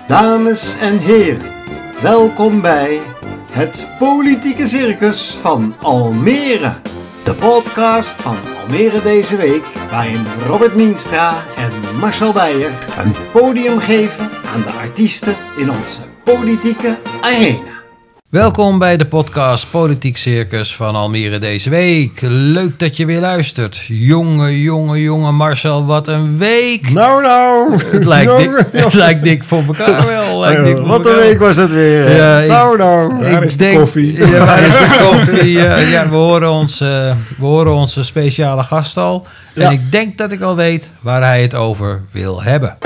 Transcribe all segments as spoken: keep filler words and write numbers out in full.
Dames en heren, welkom bij het Politieke Circus van Almere. De podcast van Almere deze week, waarin Robert Mienstra en Marcel Beijer een podium geven aan de artiesten in onze politieke arena. Welkom bij de podcast Politiek Circus van Almere deze week. Leuk dat je weer luistert. Jonge, jonge, jonge Marcel, wat een week. Nou, nou. Het lijkt, dik, het lijkt dik voor elkaar wel. Lijkt dik voor wat elkaar. een week was het weer. Ja, ik, nou, nou. Waar is de denk, koffie? Ja, waar is de koffie? Ja, ja, we, horen ons, uh, we horen onze speciale gast al. En Ja. ik denk dat ik al weet waar hij het over wil hebben.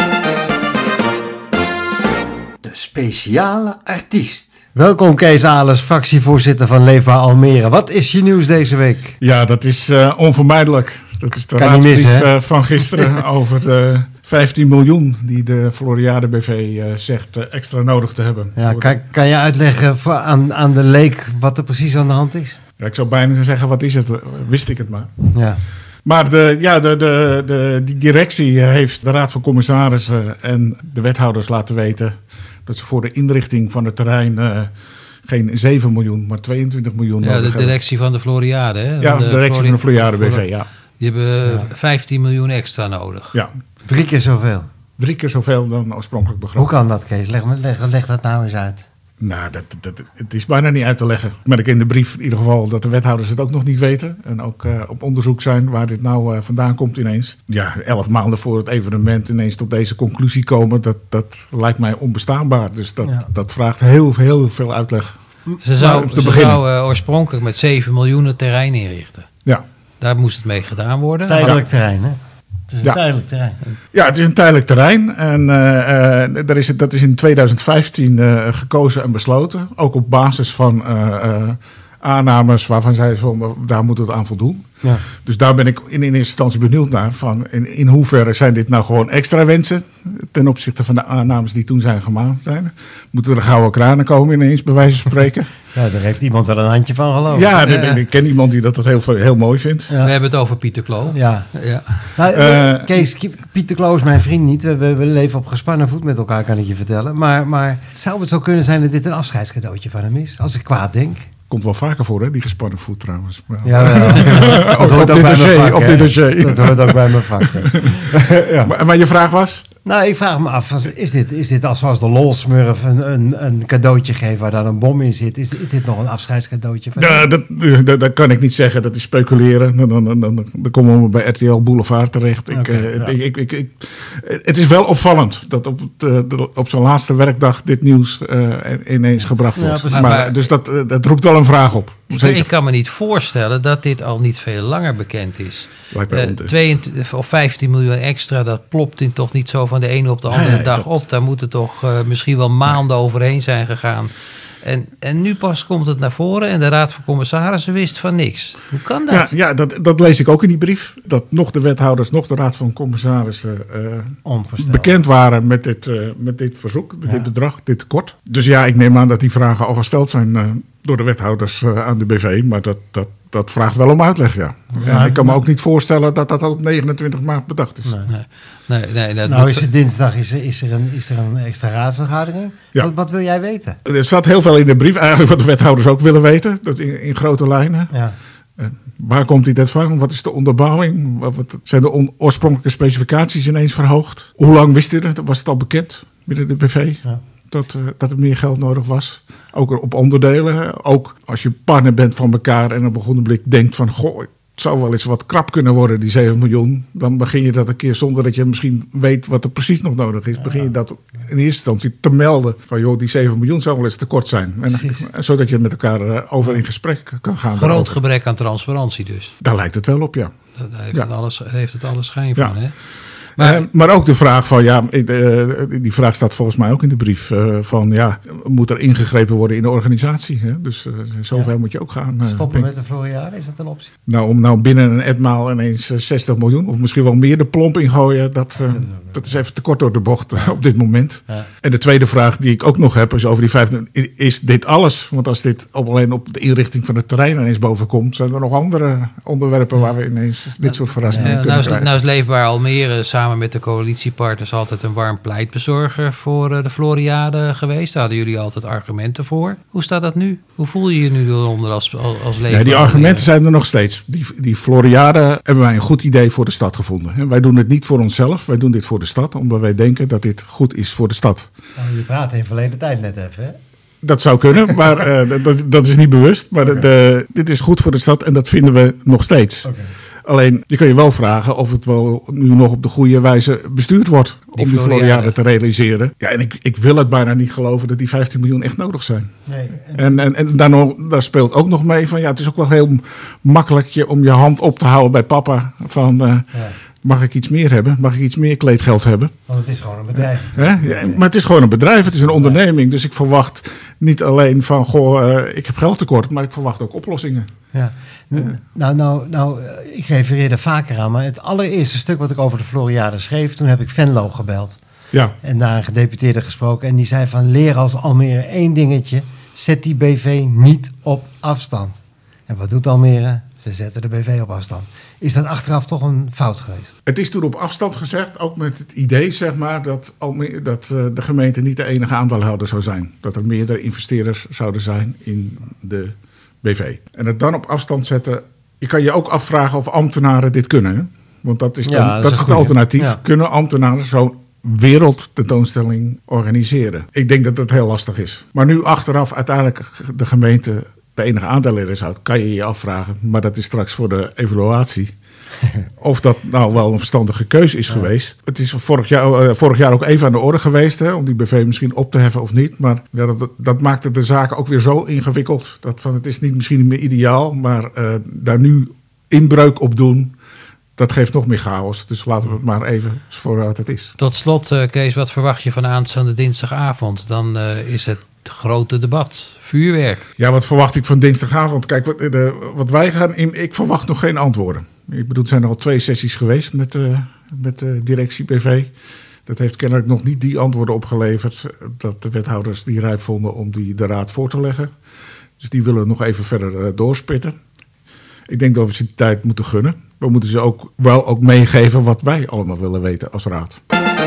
De speciale artiest. Welkom Kees Alers, fractievoorzitter van Leefbaar Almere. Wat is je nieuws deze week? Ja, dat is uh, onvermijdelijk. Dat is de Kan niet raadsbrief missen, hè? uh, van gisteren over de vijftien miljoen die de Floriade B V uh, zegt uh, extra nodig te hebben. Ja, Voor kan, kan je uitleggen voor, aan, aan de leek wat er precies aan de hand is? de, ja, ik zou bijna zeggen, wat is het? Wist ik het maar. Ja. Maar de, ja, de, de, de, die directie heeft de Raad van Commissarissen en de wethouders laten weten dat ze voor de inrichting van het terrein uh, geen zeven miljoen, maar tweeëntwintig miljoen Ja, nodig de hebben. directie van de Floriade. Hè? Ja, de directie van de Floriade B V, ja. Die hebben Ja. vijftien miljoen extra nodig. ja. Drie keer zoveel. Drie keer zoveel dan oorspronkelijk begroot. Hoe kan dat, Kees? Leg, me- leg, leg dat nou eens uit. Nou, dat, dat, het is bijna niet uit te leggen. Ik merk in de brief in ieder geval dat de wethouders het ook nog niet weten. En ook uh, op onderzoek zijn waar dit nou uh, vandaan komt ineens. Ja, elf maanden voor het evenement ineens tot deze conclusie komen. Dat, dat lijkt mij onbestaanbaar. Dus dat, Ja. dat vraagt heel, heel veel uitleg. Ze zou, Maar om te ze beginnen. zou uh, oorspronkelijk met zeven miljoen het terrein inrichten. Ja. Daar moest het mee gedaan worden. Tijdelijk terrein, hè? Het is een Ja. tijdelijk terrein. Ja, het is een tijdelijk terrein. En uh, uh, daar is het, dat is in tweeduizend vijftien uh, gekozen en besloten. Ook op basis van uh, uh, aannames waarvan zij vonden, daar moet het aan voldoen. Ja. Dus daar ben ik in, in eerste instantie benieuwd naar. Van in, in hoeverre zijn dit nou gewoon extra wensen ten opzichte van de aannames die toen zijn gemaakt zijn? Moeten er gouden kranen komen ineens, bij wijze van spreken? Ja, daar heeft iemand wel een handje van geloven. Ja, Ja. ik ken iemand die dat, dat heel, heel mooi vindt. Ja. We hebben het over Pieter Kloo. Ja. Ja. Nou, Eh, Kees, Pieter Kloo is mijn vriend niet. We, we, we leven op gespannen voet met elkaar, kan ik je vertellen. Maar, maar zou het zo kunnen zijn dat dit een afscheidscadeautje van hem is? Als ik kwaad denk. Komt wel vaker voor, hè, die gespannen voet trouwens. Maar- Jawel. Dat Op- hoort op ook dit bij mijn dossier, vak, op hè? dit dossier. Dat hoort ook bij mijn vak. hè. Ja. Maar, maar je vraag was? Nou, ik vraag me af, als- is dit, is dit als zoals de lolsmurf een, een, een cadeautje geeft waar dan een bom in zit? Is, is dit nog een afscheidscadeautje van hem? Ja, dat, dat, dat kan ik niet zeggen, dat is speculeren. Dan, dan, dan, dan, dan komen we bij R T L Boulevard terecht. Ik, Oké, eh, ja. ik, ik, ik, ik- het is wel opvallend dat op, de, de- op zijn laatste werkdag dit nieuws eh, ineens gebracht Ja, wordt. precies. maar, Maar- dus dat, eh, dat roept wel een vraag op. Ik, Zeker. ik kan me niet voorstellen dat dit al niet veel langer bekend is. Lijkt mij Uh, onzin. tweeëntwintig of vijftien miljoen extra, dat plopt in toch niet zo van de ene op de andere Nee, dag dat- op. Daar moeten toch uh, misschien wel maanden overheen zijn gegaan. En, en nu pas komt het naar voren en de Raad van Commissarissen wist van niks. Hoe kan dat? Ja, ja dat, dat lees ik ook in die brief. Dat nog de wethouders, nog de Raad van Commissarissen eh, Onvoorstelbaar. bekend waren met dit, eh, met dit verzoek, met Ja. dit bedrag, dit tekort. Dus ja, ik neem aan dat die vragen al gesteld zijn eh, door de wethouders eh, aan de B V. Maar dat, dat, dat vraagt wel om uitleg, ja. Ja, En ik kan me maar- ook niet voorstellen dat dat al op negenentwintig maart bedacht is. Nee. Nee, nee, dat Nou moet- is het dinsdag, is er, is er, een, is er een extra raadsvergadering? Ja. Wat, wat wil jij weten? Er staat heel veel in de brief, eigenlijk wat de wethouders ook willen weten. Dat in, in grote lijnen. Ja. Eh, waar komt die dit van? Wat is de onderbouwing? Wat, wat zijn de on- oorspronkelijke specificaties ineens verhoogd? Hoe lang wist u dat? Was het al bekend binnen de B V? Ja. Dat, uh, dat er meer geld nodig was. Ook op onderdelen. Ook als je partner bent van elkaar en op een goede blik denkt van... Goh, het zou wel eens wat krap kunnen worden, die zeven miljoen. Dan begin je dat een keer zonder dat je misschien weet wat er precies nog nodig is. Begin je dat in eerste instantie te melden. Van joh, die zeven miljoen zou wel eens tekort zijn. En, Precies. zodat je met elkaar uh, over in gesprek kan gaan. groot daarover. gebrek aan transparantie dus. Daar lijkt het wel op, ja. Daar heeft, Ja. het, alles, heeft het alle schijn Ja. van. Hè? Maar, Maar, uh, maar ook de vraag van, ja, uh, die vraag staat volgens mij ook in de brief. Uh, van ja, moet er ingegrepen worden in de organisatie? Hè? Dus uh, zover Ja. moet je ook gaan. Uh, Stoppen met de Floriade, is dat een optie? Nou, om nou binnen een etmaal ineens uh, zestig miljoen, of misschien wel meer de plomp ingooien, dat, uh, dat is even te kort door de bocht uh, op dit moment. Ja. En de tweede vraag die ik ook nog heb is over die vijf. Is, is dit alles? Want als dit op, alleen op de inrichting van het terrein ineens boven komt, zijn er nog andere onderwerpen waar we ineens dit soort verrassingen ja, kunnen nou, is, krijgen. nou is Leefbaar Almere samen samen met de coalitiepartners altijd een warm pleitbezorger voor uh, de Floriade geweest. Daar hadden jullie altijd argumenten voor. Hoe staat dat nu? Hoe voel je je nu eronder als, als, als leefbaar? Ja, die argumenten zijn er nog steeds. Die, die Floriade hebben wij een goed idee voor de stad gevonden. Hè. Wij doen het niet voor onszelf, wij doen dit voor de stad, omdat wij denken dat dit goed is voor de stad. Oh, je praat in verleden tijd net even, hè? Dat zou kunnen, maar uh, dat, dat is niet bewust. Maar de, de, dit is goed voor de stad en dat vinden we nog steeds. Okay. Alleen, je kan je wel vragen of het wel nu nog op de goede wijze bestuurd wordt die om die Floriade te realiseren. Ja, en ik, ik wil het bijna niet geloven dat die vijftien miljoen echt nodig zijn. Nee, en en, en, en daar, nog, daar speelt ook nog mee van, ja, het is ook wel heel makkelijk je, om je hand op te houden bij papa van... Uh, ja. Mag ik iets meer hebben? Mag ik iets meer kleedgeld hebben? Want het is gewoon een bedrijf. Ja, ja, maar het is gewoon een bedrijf, het is een onderneming. Dus ik verwacht niet alleen van, goh, uh, ik heb geldtekort, maar ik verwacht ook oplossingen. Ja. Uh, nou, nou, nou, ik refereerde vaker aan, maar het allereerste stuk wat ik over de Floriade schreef, toen heb ik Venlo gebeld. Ja. En daar een gedeputeerde gesproken. En die zei van, leer als Almere één dingetje, zet die B V niet op afstand. En wat doet Almere? Ze zetten de B V op afstand. Is dat achteraf toch een fout geweest? Het is toen op afstand gezegd, ook met het idee zeg maar, dat, Almere, dat uh, de gemeente niet de enige aandeelhouder zou zijn. Dat er meerdere investeerders zouden zijn in de B V. En het dan op afstand zetten, je kan je ook afvragen of ambtenaren dit kunnen. Hè? Want dat is, dan, ja, dat dat is het goeie. alternatief. Ja. Kunnen ambtenaren zo'n wereldtentoonstelling organiseren? Ik denk dat dat heel lastig is. Maar nu achteraf uiteindelijk de gemeente de enige aandeelhouder is, kan je je afvragen. Maar dat is straks voor de evaluatie. Of dat nou wel een verstandige keuze is ja. geweest. Het is vorig jaar, uh, vorig jaar ook even aan de orde geweest, hè, om die B V misschien op te heffen of niet. Maar ja, dat, dat maakte de zaken ook weer zo ingewikkeld. Dat van, het is niet misschien niet meer ideaal, maar uh, daar nu inbreuk op doen, dat geeft nog meer chaos. Dus laten we het maar even voor wat het is. Tot slot, uh, Kees, wat verwacht je van aanstaande dinsdagavond? Dan uh, is het grote debat. Vuurwerk. Ja, wat verwacht ik van dinsdagavond? Kijk, wat, de, wat wij gaan in, ik verwacht nog geen antwoorden. Ik bedoel, er zijn er al twee sessies geweest met, uh, met de directie B V. Dat heeft kennelijk nog niet die antwoorden opgeleverd dat de wethouders die rijp vonden om die de raad voor te leggen. Dus die willen nog even verder uh, doorspitten. Ik denk dat we ze die tijd moeten gunnen. We moeten ze ook wel ook meegeven wat wij allemaal willen weten als raad.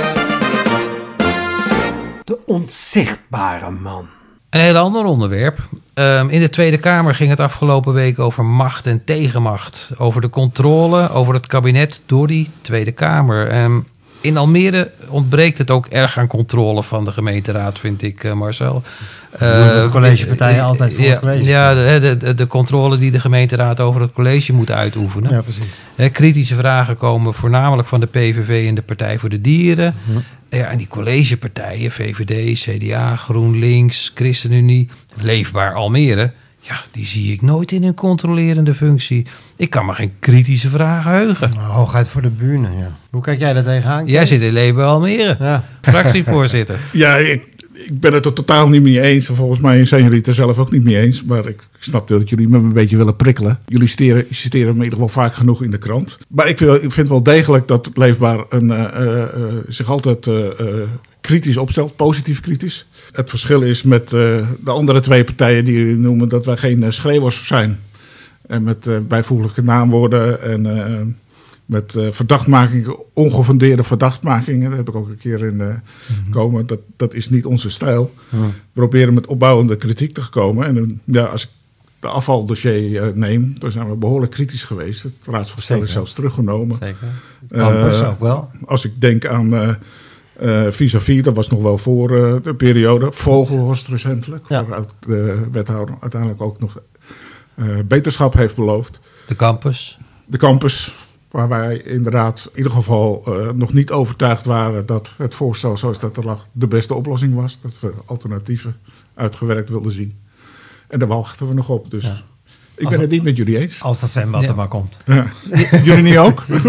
De onzichtbare man. Een heel ander onderwerp. Um, in de Tweede Kamer ging het afgelopen week over macht en tegenmacht. Over de controle over het kabinet door die Tweede Kamer. Um, in Almere ontbreekt het ook erg aan controle van de gemeenteraad, vind ik, uh, Marcel. Uh, de collegepartijen uh, altijd voor ja, het college. Ja, de, de, de controle die de gemeenteraad over het college moet uitoefenen. Ja, precies. Uh, kritische vragen komen voornamelijk van de P V V en de Partij voor de Dieren. Hm. Ja, en die collegepartijen, V V D, C D A, GroenLinks, ChristenUnie, Leefbaar Almere, ja, die zie ik nooit in een controlerende functie. Ik kan me geen kritische vragen heugen. Nou, hooguit voor de buren, ja. Hoe kijk jij daar tegenaan? Jij zit in Leefbaar Almere, ja. Fractievoorzitter. Ja, ik, ik ben het er totaal niet mee eens. En volgens mij zijn jullie het er zelf ook niet mee eens. Maar ik, ik snap dat jullie me een beetje willen prikkelen. Jullie citeren, citeren me in ieder geval vaak genoeg in de krant. Maar ik, wil, ik vind wel degelijk dat Leefbaar een, uh, uh, zich altijd uh, uh, kritisch opstelt. Positief kritisch. Het verschil is met uh, de andere twee partijen die jullie noemen dat wij geen uh, schreeuwers zijn. En met uh, bijvoeglijke naamwoorden en uh, met uh, verdachtmakingen, ongefundeerde verdachtmakingen. Dat heb ik ook een keer in uh, mm-hmm. komen. Dat, dat is niet onze stijl. Mm. We proberen met opbouwende kritiek te komen. En uh, ja, als ik de afvaldossier uh, neem, dan zijn we behoorlijk kritisch geweest. Het raadsvoorstel is zelfs teruggenomen. Zeker. Het campus uh, ook wel. Als ik denk aan uh, uh, vis-à-vis, dat was nog wel voor uh, de periode. Vogelhorst recentelijk, ja. Waaruit de wethouder uiteindelijk ook nog uh, beterschap heeft beloofd. De campus. De campus, waar wij inderdaad in ieder geval uh, nog niet overtuigd waren dat het voorstel zoals dat er lag de beste oplossing was. Dat we alternatieven uitgewerkt wilden zien. En daar wachten we nog op. Dus ja. ik ben het, het niet met jullie eens. Als dat zwembad ja. er maar komt. Ja. Jullie niet ook? Je,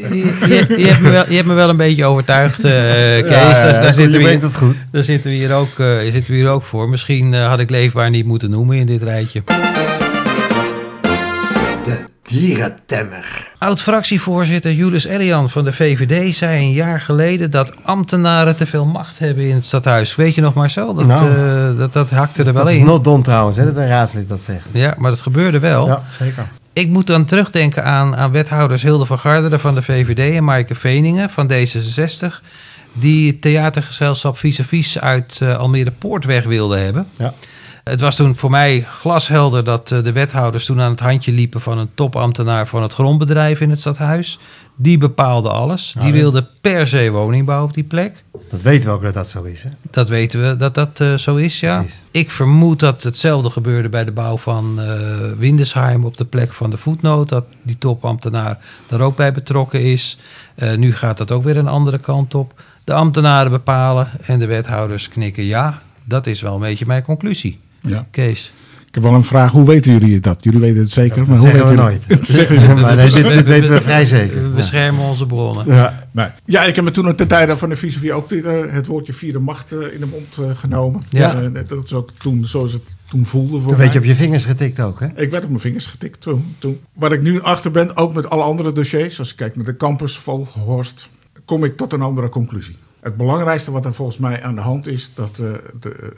je, je, hebt me wel, je hebt me wel een beetje overtuigd, uh, Kees. Ja, ja, daar, daar, zitten we hier, het goed. daar zitten we hier ook, uh, zitten we hier ook voor. Misschien uh, had ik Leefbaar niet moeten noemen in dit rijtje. De dierentemmer. Oud-fractievoorzitter Julius Elian van de V V D zei een jaar geleden dat ambtenaren te veel macht hebben in het stadhuis. Weet je nog, Marcel? Dat, nou, uh, dat, dat hakte er wel dat in. Dat is not done trouwens, hè, dat een raadslid dat zegt. Ja, maar dat gebeurde wel. Ja, zeker. Ik moet dan terugdenken aan, aan wethouders Hilde van Garderen van de V V D en Maaike Veningen van D zesenzestig... die het theatergezelschap Vis-a-Vis uit uh, Almere Poortweg wilden hebben. Ja. Het was toen voor mij glashelder dat uh, de wethouders toen aan het handje liepen van een topambtenaar van het grondbedrijf in het stadhuis. Die bepaalde alles. Die oh, ja. wilde per se woningbouw op die plek. Dat weten we ook dat dat zo is, hè? Dat weten we dat dat uh, zo is, ja. Precies. Ik vermoed dat hetzelfde gebeurde bij de bouw van uh, Windesheim op de plek van de voetnoot. Dat die topambtenaar daar ook bij betrokken is. Uh, nu gaat dat ook weer een andere kant op. De ambtenaren bepalen en de wethouders knikken ja. Dat is wel een beetje mijn conclusie. Ja. Kees. Ik heb wel een vraag. Hoe weten jullie dat? Jullie weten het zeker. Dat maar zeggen hoe we nooit. Dat zeggen we, maar nee, dit, dit weten we vrij zeker. We beschermen onze bronnen. Ja, nee. ja ik heb me toen ten tijde van de Vis-a-Vis ook dit, uh, het woordje vierde macht uh, in de mond uh, genomen. Ja. Uh, dat is ook toen zoals het toen voelde voor Toen mij. werd je op je vingers getikt ook, hè? Ik werd op mijn vingers getikt toen. toen. Waar ik nu achter ben, ook met alle andere dossiers, als ik kijk naar de campus, Vogelhorst, kom ik tot een andere conclusie. Het belangrijkste wat er volgens mij aan de hand is, dat uh, de... Uh,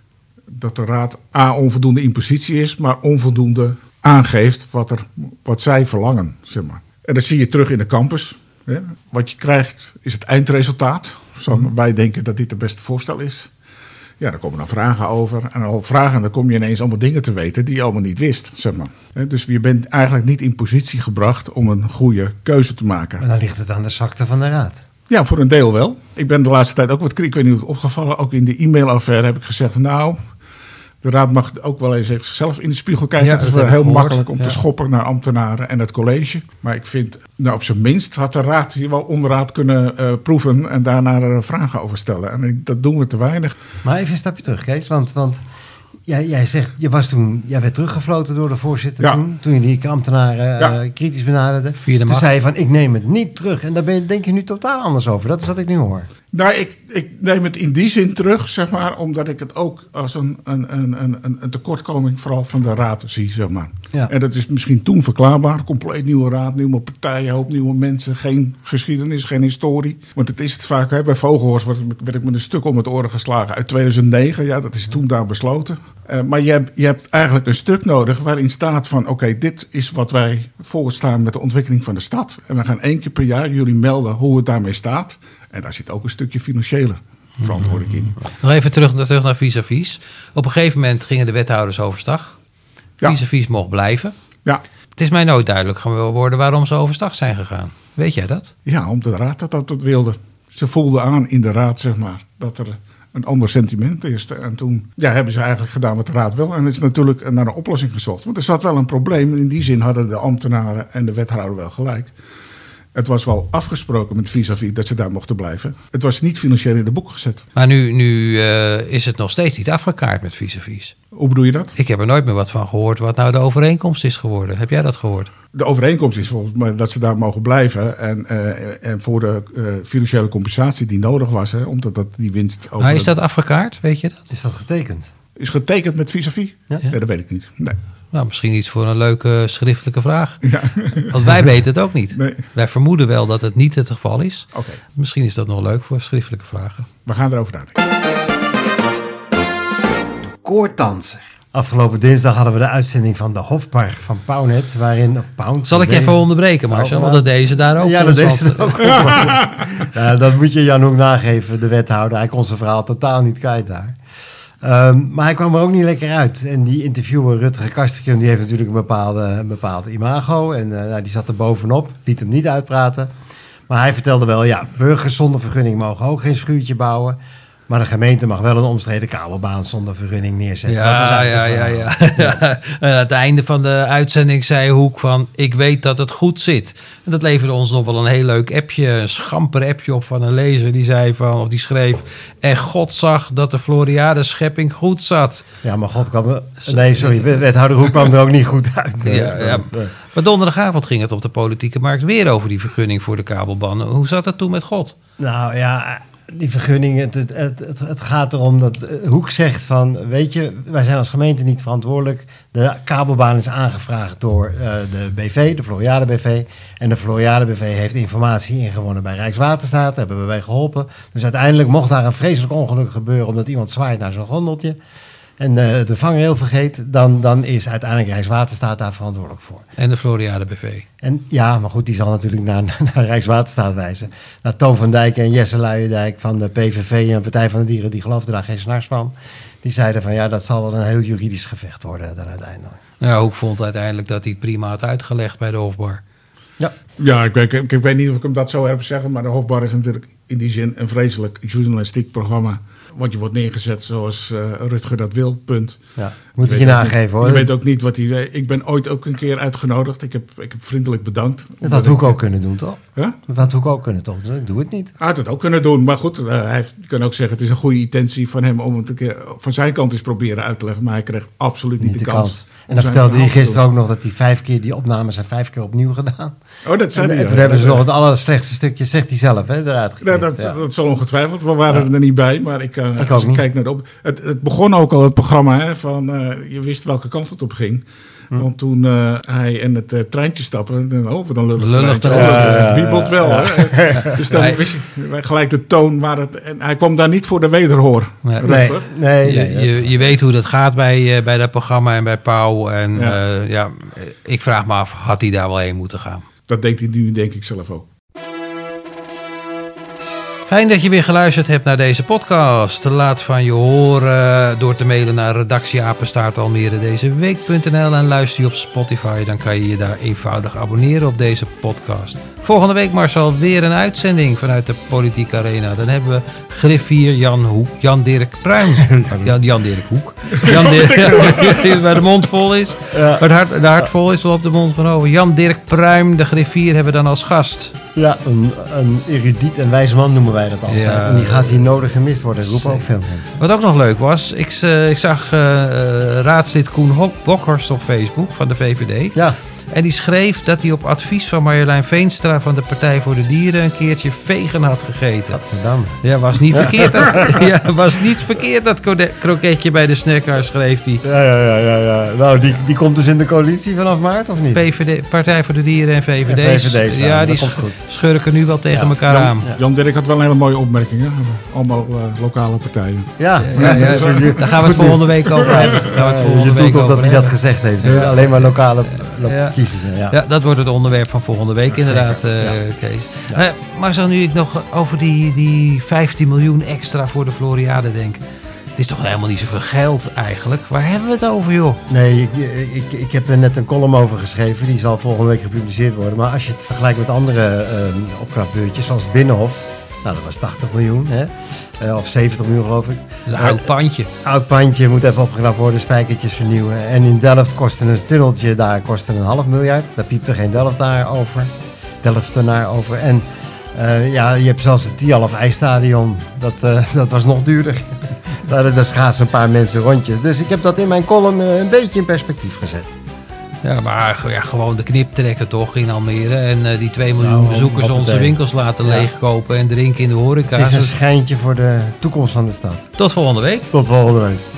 dat de raad A onvoldoende in positie is, maar onvoldoende aangeeft wat, er, wat zij verlangen, zeg maar. En dat zie je terug in de campus. Hè. Wat je krijgt is het eindresultaat. Zo, wij denken dat dit het beste voorstel is. Ja, daar komen dan vragen over. En al vragen, dan kom je ineens allemaal dingen te weten die je allemaal niet wist, zeg maar. Dus je bent eigenlijk niet in positie gebracht om een goede keuze te maken. Maar dan ligt het aan de zwakte van de raad. Ja, voor een deel wel. Ik ben de laatste tijd ook wat kritisch, ik weet niet hoe opgevallen. Ook in de e-mailaffaire heb ik gezegd, nou, de raad mag ook wel eens zichzelf in de spiegel kijken. Ja, het is wel heel gehoord. makkelijk om ja. te schoppen naar ambtenaren en het college. Maar ik vind, nou op zijn minst had de raad hier wel onderraad kunnen uh, proeven en daarna er vragen over stellen. En ik, dat doen we te weinig. Maar even een stapje terug, Kees, want... want... Jij, jij zegt, je was toen, jij werd teruggefloten door de voorzitter ja. toen, toen je die ambtenaren ja. uh, kritisch benaderde. Toen macht. zei je van, ik neem het niet terug. En daar ben je, denk je nu totaal anders over. Dat is wat ik nu hoor. Nou, ik, ik neem het in die zin terug, zeg maar, omdat ik het ook als een, een, een, een, een tekortkoming vooral van de raad zie, zeg maar. Ja. En dat is misschien toen verklaarbaar. Compleet nieuwe raad, nieuwe partijen, hoop nieuwe mensen. Geen geschiedenis, geen historie. Want het is het vaak, hè, bij Vogelhorst werd ik met een stuk om het oren geslagen uit tweeduizend negen. Ja, dat is toen daar besloten. Uh, maar je hebt, je hebt eigenlijk een stuk nodig waarin staat van, oké, okay, dit is wat wij voorstaan met de ontwikkeling van de stad. En we gaan één keer per jaar jullie melden hoe het daarmee staat. En daar zit ook een stukje financiële verantwoording in. Nog even terug, terug naar Vis-a-Vis. Op een gegeven moment gingen de wethouders overstag. Ja. Vis-a-Vis mocht blijven. Ja. Het is mij nooit duidelijk geworden waarom ze overstag zijn gegaan. Weet jij dat? Ja, omdat de raad dat, dat, dat wilde. Ze voelden aan in de raad, zeg maar, dat er een ander sentiment is. En toen ja, hebben ze eigenlijk gedaan wat de raad wil. En het is natuurlijk naar een oplossing gezocht. Want er zat wel een probleem. In die zin hadden de ambtenaren en de wethouder wel gelijk. Het was wel afgesproken met Vis-a-Vis dat ze daar mochten blijven. Het was niet financieel in de boek gezet. Maar nu, nu uh, is het nog steeds niet afgekaart met Vis-a-Vis. Hoe bedoel je dat? Ik heb er nooit meer wat van gehoord wat nou de overeenkomst is geworden. Heb jij dat gehoord? De overeenkomst is volgens mij dat ze daar mogen blijven. En, uh, en voor de uh, financiële compensatie die nodig was. Hè, omdat dat die winst... Over maar is dat afgekaart? Weet je dat? Is dat getekend? Is getekend met Vis-a-Vis? Ja? Nee, dat weet ik niet. Nee. Nou, misschien iets voor een leuke schriftelijke vraag. Ja. Want wij weten het ook niet. Nee. Wij vermoeden wel dat het niet het geval is. Okay. Misschien is dat nog leuk voor schriftelijke vragen. We gaan erover nadenken. De koorddanser. Afgelopen dinsdag hadden we de uitzending van de Hofbar van Pownet, waarin... Of Pound, Zal ik je even onderbreken, Marcel? Want dat deze daar ook. Ja, dat deze er ook. Ja, dat moet je Jan ook nageven, de wethouder. Hij kon zijn verhaal totaal niet kwijt daar. Um, maar hij kwam er ook niet lekker uit. En die interviewer Rutger Kastrikum, die heeft natuurlijk een bepaalde, een bepaald imago. En uh, nou, die zat er bovenop, liet hem niet uitpraten. Maar hij vertelde wel, ja, burgers zonder vergunning mogen ook geen schuurtje bouwen. Maar de gemeente mag wel een omstreden kabelbaan zonder vergunning neerzetten. Ja, dat was ja, ja, ja, ja. En aan het einde van de uitzending zei Hoek van, ik weet dat het goed zit. En dat leverde ons nog wel een heel leuk appje, een schamper appje op van een lezer. Die zei van, of die schreef, en God zag dat de Floriade schepping goed zat. Ja, maar God kwam... Nee, sorry, wethouder Hoek kwam er ook niet goed uit. Ja, ja. Maar donderdagavond ging het op de politieke markt weer over die vergunning voor de kabelbaan. Hoe zat dat toen met God? Nou ja... Die vergunning, het, het, het, het gaat erom dat Hoek zegt van, weet je, wij zijn als gemeente niet verantwoordelijk. De kabelbaan is aangevraagd door uh, de B V, de Floriade B V. En de Floriade B V heeft informatie ingewonnen bij Rijkswaterstaat. Daar hebben we bij geholpen. Dus uiteindelijk mocht daar een vreselijk ongeluk gebeuren omdat iemand zwaait naar zo'n gondeltje. en uh, de vangrail vergeet, dan, dan is uiteindelijk Rijkswaterstaat daar verantwoordelijk voor. En de Floriade B V. En ja, maar goed, die zal natuurlijk naar, naar Rijkswaterstaat wijzen. Naar Toon van Dijk en Jesse Luijendijk van de P V V en Partij van de Dieren, die geloofden daar geen snars van. Die zeiden van ja, dat zal wel een heel juridisch gevecht worden dan uiteindelijk. Ja, Hoek vond uiteindelijk dat hij het prima had uitgelegd bij de Hofbar. Ja, Ja, ik weet, ik, ik weet niet of ik hem dat zo heb zeggen, maar de Hofbar is natuurlijk in die zin een vreselijk journalistiek programma. Want je wordt neergezet zoals uh, Rutger dat wil, punt. ja. moet Je ik je weet ook nageven niet- hoor. Je weet ook niet wat hij... Ik ben ooit ook een keer uitgenodigd. Ik heb, ik heb vriendelijk bedankt. Dat had Hoek ook kunnen doen, toch? Huh? Dat had Hoek ook kunnen, toch? Ik doe het niet. Hij had het ook kunnen doen, maar goed, uh, hij heeft, je kan ook zeggen, het is een goede intentie van hem om het een keer van zijn kant eens proberen uit te leggen, maar hij kreeg absoluut niet, Niet de de kans. kans. om En dan zijn vertelde hij verhaal te gisteren ook nog dat hij vijf keer die opnames zijn vijf keer opnieuw gedaan. doen. Oh, dat zei En, hij. en ja. toen hebben ze Dat- nog het allerslechtste stukje, zegt hij zelf, hè, eruit Ja, geknipt. dat, Ja. dat zal ongetwijfeld. We waren Ja. er niet bij, maar ik, uh, Ik als ook ik niet. kijk naar de op... Het, het begon ook al, het programma, hè, van uh, je wist welke kant het op ging. Hm. Want toen uh, hij in het uh, treintje stapte, dan, oh, wat een lullig, Lullig treintje. treintje. Oh, het, Ja, het wiebelt wel. ja. Hè. Dus dan Hij- wist je gelijk de toon waar het... En hij kwam daar niet voor de wederhoor. Nee. Nee, Rutger. nee, Je, nee, je, je weet hoe dat gaat bij, uh, bij dat programma en bij Pauw. En Ja. ja. ja, ik vraag me af, had hij daar wel heen moeten gaan? Dat denkt hij nu, denk ik zelf ook. Fijn dat je weer geluisterd hebt naar deze podcast. Laat van je horen door te mailen naar redactieapenstaartalmeredezeweek punt n l en luister je op Spotify. Dan kan je je daar eenvoudig abonneren op deze podcast. Volgende week, Marcel, weer een uitzending vanuit de Politieke Arena. Dan hebben we griffier Jan Hoek, Jan-Dirk Pruim. Jan, Jan-Dirk Hoek. Jan-Dirk, waar de mond vol is. Ja. Waar de hart, de hart vol is, wel op de mond van over. Jan-Dirk Pruim, de griffier, hebben we dan als gast. Ja, een, een erudiet en wijs man noemen wij dat altijd. Ja. En die gaat hier nodig gemist worden, roepen ook veel mensen. Wat ook nog leuk was, ik, uh, ik zag uh, uh, raadslid Koen Hok- Bokhorst op Facebook van de V V D. Ja, En die schreef dat hij op advies van Marjolein Veenstra van de Partij voor de Dieren een keertje vegan had gegeten. verdam. Ja, was niet verkeerd. Dat, ja, was niet verkeerd dat code- kroketje bij de snacker, schreef hij. Ja, ja, ja, ja, ja. Nou, die, die komt dus in de coalitie vanaf maart, of niet? P V D, Partij voor de Dieren en V V D. En V V D samen, ja, dat die komt sch- goed. schurken nu wel tegen Ja. elkaar aan. Ja. Jan Dirk had wel een hele mooie opmerking. Hè? Allemaal uh, lokale partijen. Ja, Ja, ja, dat is wel- daar gaan we het volgende week over hebben. Daar gaan we het Ja, volgende je week doet op over dat hij dat hebben. gezegd heeft. hè? Ja. Alleen maar lokale lo- Ja. verkiezingen. Ja. Ja, dat wordt het onderwerp van volgende week Zeker, inderdaad, uh, ja. Kees. Ja. Uh, maar zo nu ik nog over die, die vijftien miljoen extra voor de Floriade denk. Het is toch helemaal niet zoveel geld eigenlijk. Waar hebben we het over, joh? Nee, ik, ik, ik heb er net een column over geschreven. Die zal volgende week gepubliceerd worden. Maar als je het vergelijkt met andere uh, opknapbeurtjes, zoals het Binnenhof. Nou, dat was tachtig miljoen. Hè? Uh, of zeventig miljoen geloof ik. Dat is een oud pandje. Oud pandje, moet even opgeknapt worden, spijkertjes vernieuwen. En in Delft kostte een tunneltje daar kostte een half miljard. Daar piept er geen Delftaar over. Delftenaar over. En uh, ja, je hebt zelfs het Tialf IJsstadion. Dat, uh, dat was nog duurder. daar, daar schaatsen een paar mensen rondjes. Dus ik heb dat in mijn column uh, een beetje in perspectief gezet. Ja, maar ja, gewoon de knip trekken toch in Almere. En uh, die twee miljoen Nou, bezoekers hoppatee. onze winkels laten Ja. leegkopen en drinken in de horeca. Het is een schijntje voor de toekomst van de stad. Tot volgende week. Tot volgende week.